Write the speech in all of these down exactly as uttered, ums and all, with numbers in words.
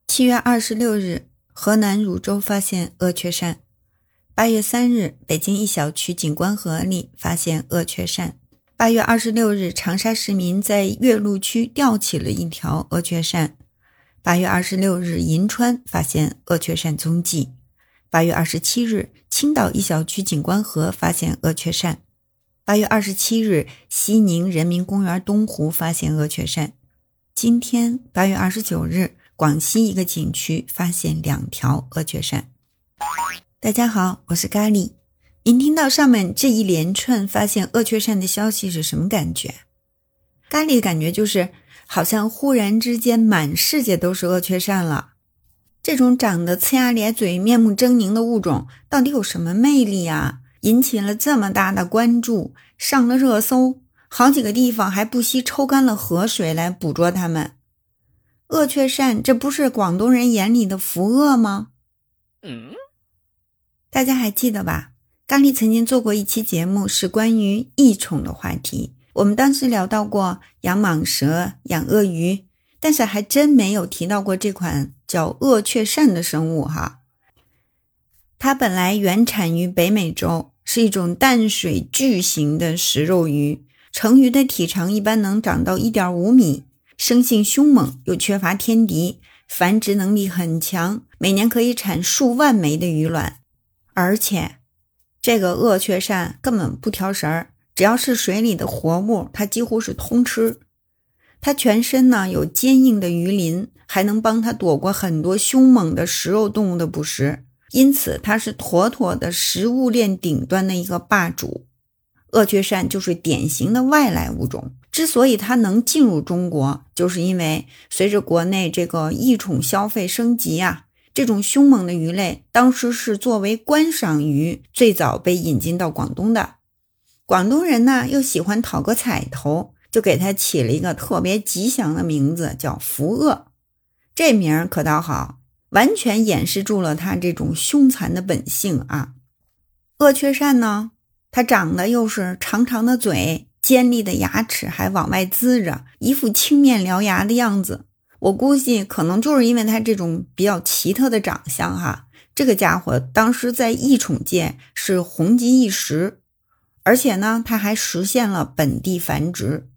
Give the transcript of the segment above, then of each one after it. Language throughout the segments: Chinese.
七月二十六日，河南汝州发现鳄雀鳝。八月三日，北京一小区景观河里发现鳄雀鳝。八月二十六日，长沙市民在岳麓区钓起了一条鳄雀鳝。八月二十六日，银川发现鳄雀鳝踪迹。八月二十七日，青岛一小区景观河发现鳄雀鳝。八月二十七日，西宁人民公园东湖发现鳄雀鳝。今天八月二十九日，广西一个景区发现两条鳄雀鳝。大家好，我是咖喱。您听到上面这一连串发现鳄雀鳝的消息是什么感觉？咖喱的感觉就是好像忽然之间满世界都是鳄雀鳝了。这种长得呲牙咧嘴面目狰狞的物种到底有什么魅力啊？引起了这么大的关注，上了热搜，好几个地方还不惜抽干了河水来捕捉它们。鳄雀鳝，这不是广东人眼里的福鳄吗？嗯，大家还记得吧？咖喱曾经做过一期节目，是关于异宠的话题。我们当时聊到过养蟒蛇、养鳄鱼，但是还真没有提到过这款叫鳄雀鳝的生物哈。它本来原产于北美洲，是一种淡水巨型的食肉鱼，成鱼的体长一般能长到 一点五米，生性凶猛又缺乏天敌，繁殖能力很强，每年可以产数万枚的鱼卵。而且这个鳄雀鳝根本不挑食儿，只要是水里的活物它几乎是通吃。它全身呢有坚硬的鱼鳞，还能帮它躲过很多凶猛的食肉动物的捕食，因此它是妥妥的食物链顶端的一个霸主。鳄雀鳝就是典型的外来物种，之所以它能进入中国，就是因为随着国内这个异宠消费升级啊，这种凶猛的鱼类当时是作为观赏鱼最早被引进到广东的。广东人呢又喜欢讨个彩头，就给它起了一个特别吉祥的名字，叫福鳄。这名可倒好，完全掩饰住了它这种凶残的本性啊。鳄雀鳝呢，它长得又是长长的嘴，尖利的牙齿还往外呲着，一副青面獠牙的样子。我估计可能就是因为它这种比较奇特的长相哈，这个家伙当时在异宠界是红极一时，而且呢，它还实现了本地繁殖。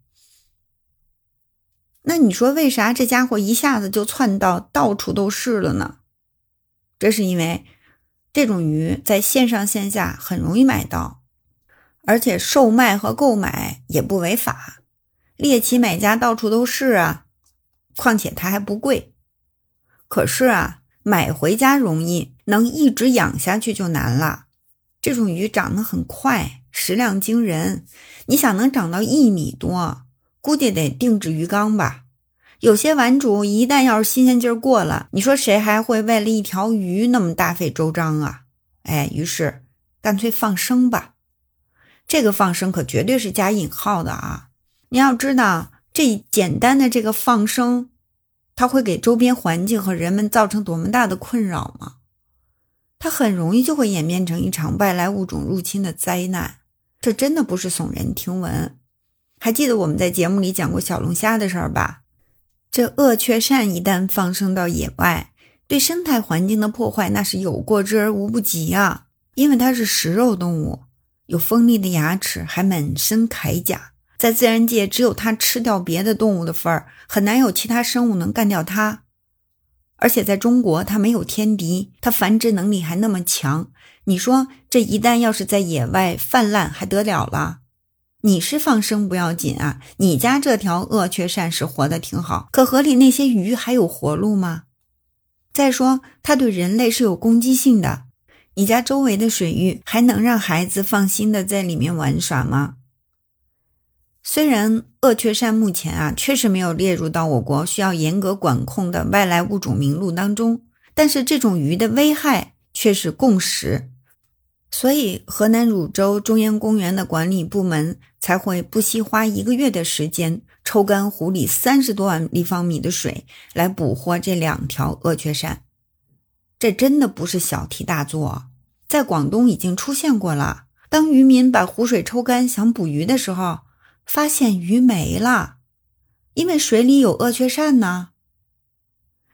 那你说为啥这家伙一下子就窜到到处都是了呢？这是因为这种鱼在线上线下很容易买到，而且售卖和购买也不违法，猎奇买家到处都是啊，况且它还不贵。可是啊，买回家容易，能一直养下去就难了。这种鱼长得很快，食量惊人，你想能长到一米多，估计得定制鱼缸吧。有些玩主一旦要是新鲜劲儿过了，你说谁还会为了一条鱼那么大费周章啊？哎，于是干脆放生吧。这个放生可绝对是加引号的啊！你要知道，这简单的这个放生，它会给周边环境和人们造成多么大的困扰吗？它很容易就会演变成一场外来物种入侵的灾难，这真的不是耸人听闻。还记得我们在节目里讲过小龙虾的事儿吧？这鳄雀鳝一旦放生到野外，对生态环境的破坏那是有过之而无不及啊！因为它是食肉动物，有锋利的牙齿，还满身铠甲，在自然界只有它吃掉别的动物的份儿，很难有其他生物能干掉它。而且在中国它没有天敌，它繁殖能力还那么强，你说这一旦要是在野外泛滥还得了了？你是放生不要紧啊，你家这条鳄雀鳝是活得挺好，可河里那些鱼还有活路吗？再说它对人类是有攻击性的，你家周围的水域还能让孩子放心的在里面玩耍吗？虽然鳄雀鳝目前啊确实没有列入到我国需要严格管控的外来物种名录当中，但是这种鱼的危害却是共识。所以河南汝州中央公园的管理部门才会不惜花一个月的时间，抽干湖里三十多万立方米的水来捕获这两条鳄雀鳝。这真的不是小题大做，在广东已经出现过了。当渔民把湖水抽干想捕鱼的时候，发现鱼没了，因为水里有鳄雀鳝呢。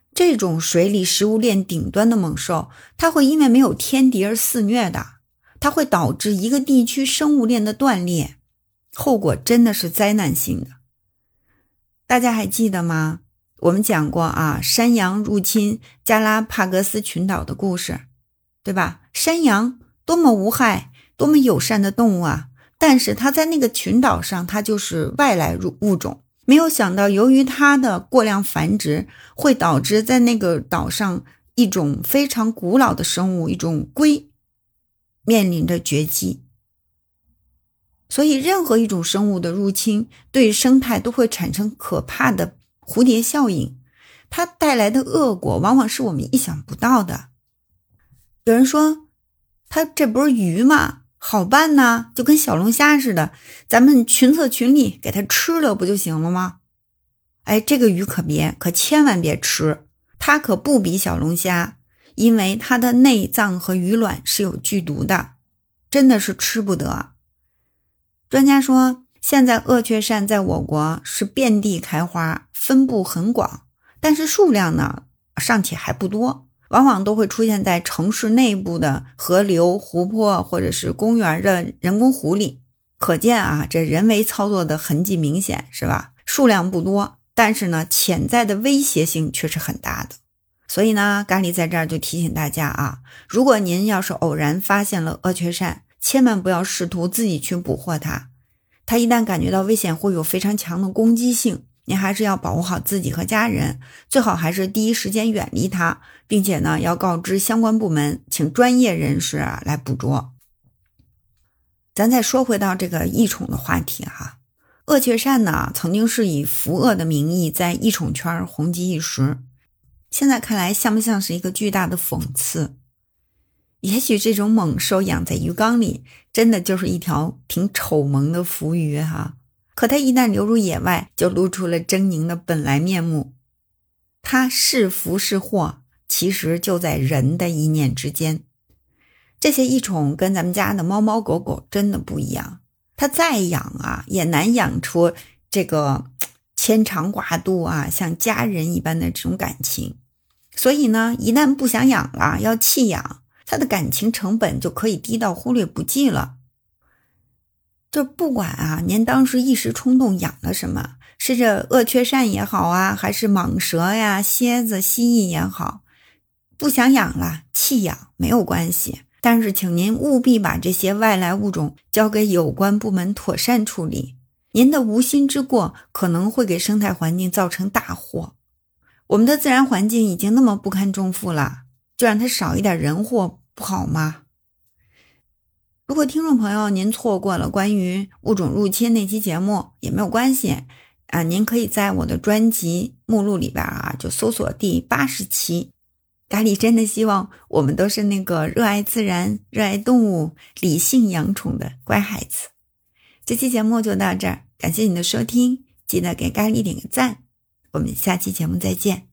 这种水里食物链顶端的猛兽，它会因为没有天敌而肆虐的，它会导致一个地区生物链的断裂，后果真的是灾难性的。大家还记得吗？我们讲过啊，山羊入侵加拉帕戈斯群岛的故事，对吧？山羊多么无害，多么友善的动物啊，但是它在那个群岛上，它就是外来物种。没有想到，由于它的过量繁殖，会导致在那个岛上一种非常古老的生物，一种龟，面临着绝迹。所以任何一种生物的入侵，对生态都会产生可怕的蝴蝶效应，它带来的恶果往往是我们意想不到的。有人说，它这不是鱼吗？好办呢，就跟小龙虾似的，咱们群策群力给它吃了不就行了吗？哎，这个鱼可别，可千万别吃，它可不比小龙虾，因为它的内脏和鱼卵是有剧毒的，真的是吃不得。专家说，现在鳄雀鳝在我国是遍地开花，分布很广，但是数量呢尚且还不多，往往都会出现在城市内部的河流、湖泊或者是公园的人工湖里。可见啊，这人为操作的痕迹明显，是吧？数量不多，但是呢，潜在的威胁性却是很大的。所以呢，咖喱在这儿就提醒大家啊，如果您要是偶然发现了鳄雀鳝，千万不要试图自己去捕获它，它一旦感觉到危险会有非常强的攻击性，您还是要保护好自己和家人，最好还是第一时间远离它，并且呢要告知相关部门，请专业人士啊来捕捉。咱再说回到这个异宠的话题哈，鳄雀鳝呢曾经是以扶鳄的名义在异宠圈红极一时，现在看来像不像是一个巨大的讽刺？也许这种猛兽养在鱼缸里，真的就是一条挺丑萌的浮鱼哈。可它一旦流入野外，就露出了狰狞的本来面目。它是福是祸，其实就在人的一念之间。这些异宠跟咱们家的猫猫狗狗真的不一样，它再养啊，也难养出这个牵肠挂肚啊，像家人一般的这种感情。所以呢，一旦不想养了，要弃养，它的感情成本就可以低到忽略不计了。就不管啊，您当时一时冲动养了什么，是这鳄雀鳝也好啊，还是蟒蛇呀、蝎子、蜥蜴也好，不想养了，弃养没有关系，但是请您务必把这些外来物种交给有关部门妥善处理，您的无心之过可能会给生态环境造成大祸。我们的自然环境已经那么不堪重负了，就让它少一点人祸不好吗？如果听众朋友您错过了关于物种入侵那期节目也没有关系啊，您可以在我的专辑目录里边啊，就搜索第八十期。咖喱真的希望我们都是那个热爱自然、热爱动物、理性养宠的乖孩子。这期节目就到这儿，感谢你的收听，记得给咖喱点个赞，我们下期节目再见。